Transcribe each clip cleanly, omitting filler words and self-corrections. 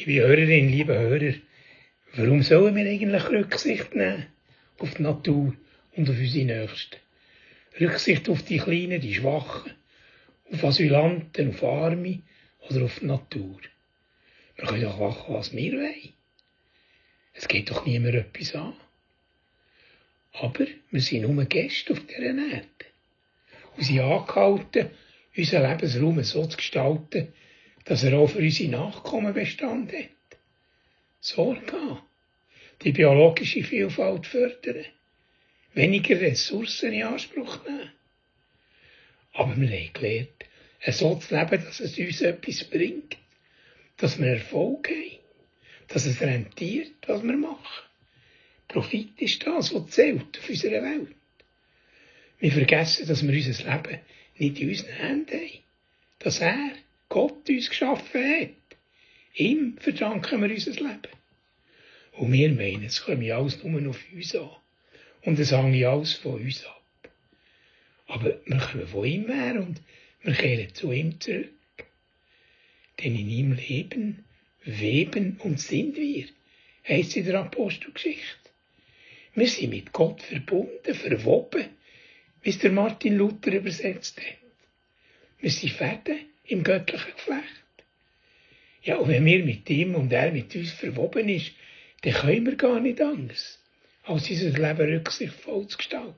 Liebe Hörerinnen, liebe Hörer, warum sollen wir eigentlich Rücksicht nehmen auf die Natur und auf unsere Nächsten? Rücksicht auf die Kleinen, die Schwachen, auf Asylanten, auf Arme oder auf die Natur. Wir können doch machen, was wir wollen. Es geht doch niemand etwas an. Aber wir sind nur Gäste auf dieser Erde. Und sind angehalten, unseren Lebensraum so zu gestalten, dass er auch für unsere Nachkommen Bestand hat. Sorge an, die biologische Vielfalt fördern, weniger Ressourcen in Anspruch nehmen. Aber wir haben gelernt, so zu leben, dass es uns etwas bringt, dass wir Erfolg haben, dass es rentiert, was wir machen. Profit ist das, was zählt auf unserer Welt. Wir vergessen, dass wir unser Leben nicht in unseren Händen haben. Dass Gott uns geschaffen hat. Ihm verdanken wir unser Leben. Und wir meinen, es komme alles nur auf uns an. Und es hängt alles von uns ab. Aber wir kommen von ihm her und wir kehren zu ihm zurück. Denn in ihm leben, weben und sind wir, heisst es in der Apostelgeschichte. Wir sind mit Gott verbunden, verwoben, wie es der Martin Luther übersetzt hat. Wir sind Fäden im göttlichen Geflecht. Ja, und wenn wir mit ihm und er mit uns verwoben ist, dann können wir gar nicht anders, als unser Leben rücksichtsvoll zu gestalten.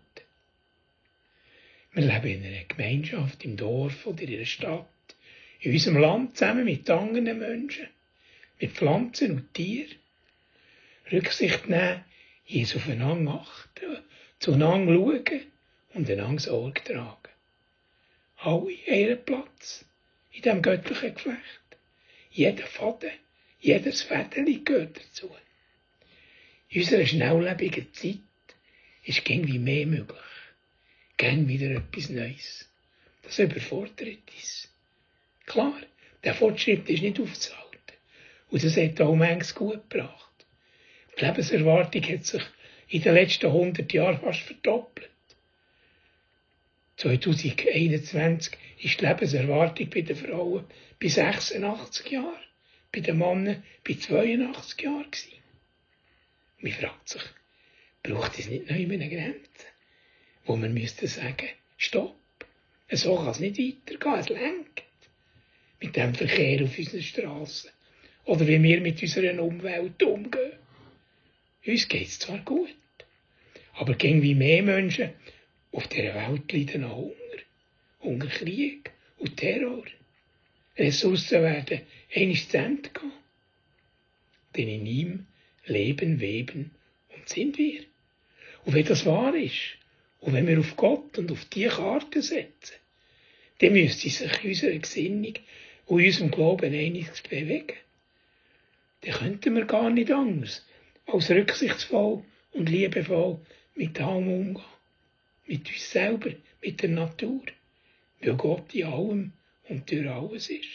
Wir leben in einer Gemeinschaft, im Dorf oder in einer Stadt, in unserem Land zusammen mit anderen Menschen, mit Pflanzen und Tieren. Rücksicht nehmen, Jesus aufeinander achten, zueinander schauen und einander Sorge tragen. Alle ihren Platz in diesem göttlichen Geflecht. Jeder Faden, jedes Fädeli gehört dazu. In unserer schnelllebigen Zeit ist irgendwie mehr möglich. Gern wieder etwas Neues. Das überfordert uns. Klar, der Fortschritt ist nicht aufzuhalten. Und das hat auch manches gut gebracht. Die Lebenserwartung hat sich in den letzten 100 Jahren fast verdoppelt. 2021 ist die Lebenserwartung bei den Frauen bei 86 Jahren, bei den Männern bei 82 Jahren gewesen. Man fragt sich, braucht es nicht noch immer eine Grenze, wo man müsste sagen, stopp, so kann es nicht weitergehen, es lenkt. Mit dem Verkehr auf unseren Strassen oder wie wir mit unserer Umwelt umgehen. Uns geht es zwar gut, aber irgendwie mehr Menschen auf dieser Welt leiden an Hunger, Hungerkrieg und Terror. Ressourcen werden einmal zu Ende gehen. Denn in ihm leben, weben und sind wir. Und wenn das wahr ist, und wenn wir auf Gott und auf die Karte setzen, dann müsste sich unsere Gesinnung und unserem Glauben einiges bewegen. Dann könnten wir gar nicht anders als rücksichtsvoll und liebevoll mit allem umgehen. Mit uns selber, mit der Natur, weil Gott in allem und durch alles ist.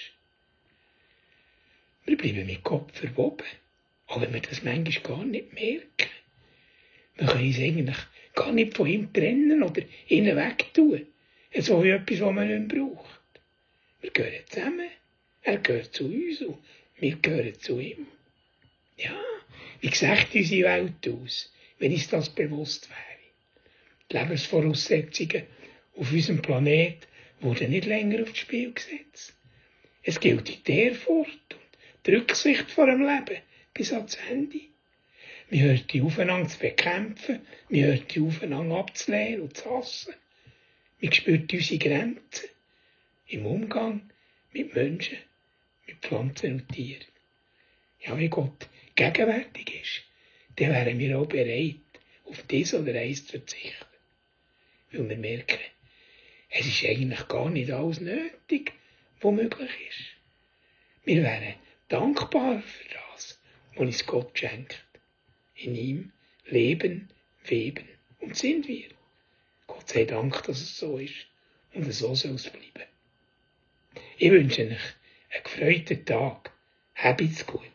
Wir bleiben mit Gott verwoben, auch wenn wir das manchmal gar nicht merken. Wir können uns eigentlich gar nicht von ihm trennen oder ihn wegtun, so wie etwas, was man nicht braucht. Wir gehören zusammen, er gehört zu uns und wir gehören zu ihm. Ja, wie sieht unsere Welt aus, wenn uns das bewusst wäre? Die Lebensvoraussetzungen auf unserem Planeten wurden nicht länger aufs Spiel gesetzt. Es gilt die Ehrfurcht und die Rücksicht vor dem Leben bis ans Ende. Wir hörten aufeinander zu bekämpfen, wir hörten aufeinander abzulehnen und zu hassen. Wir spürten unsere Grenzen im Umgang mit Menschen, mit Pflanzen und Tieren. Ja, wenn Gott gegenwärtig ist, dann wären wir auch bereit, auf dies oder eins zu verzichten. Weil wir merken, es ist eigentlich gar nicht alles nötig, was möglich ist. Wir wären dankbar für das, was uns Gott schenkt. In ihm leben, weben und sind wir. Gott sei Dank, dass es so ist und so soll es bleiben. Ich wünsche euch einen gefreuten Tag. Habt's gut.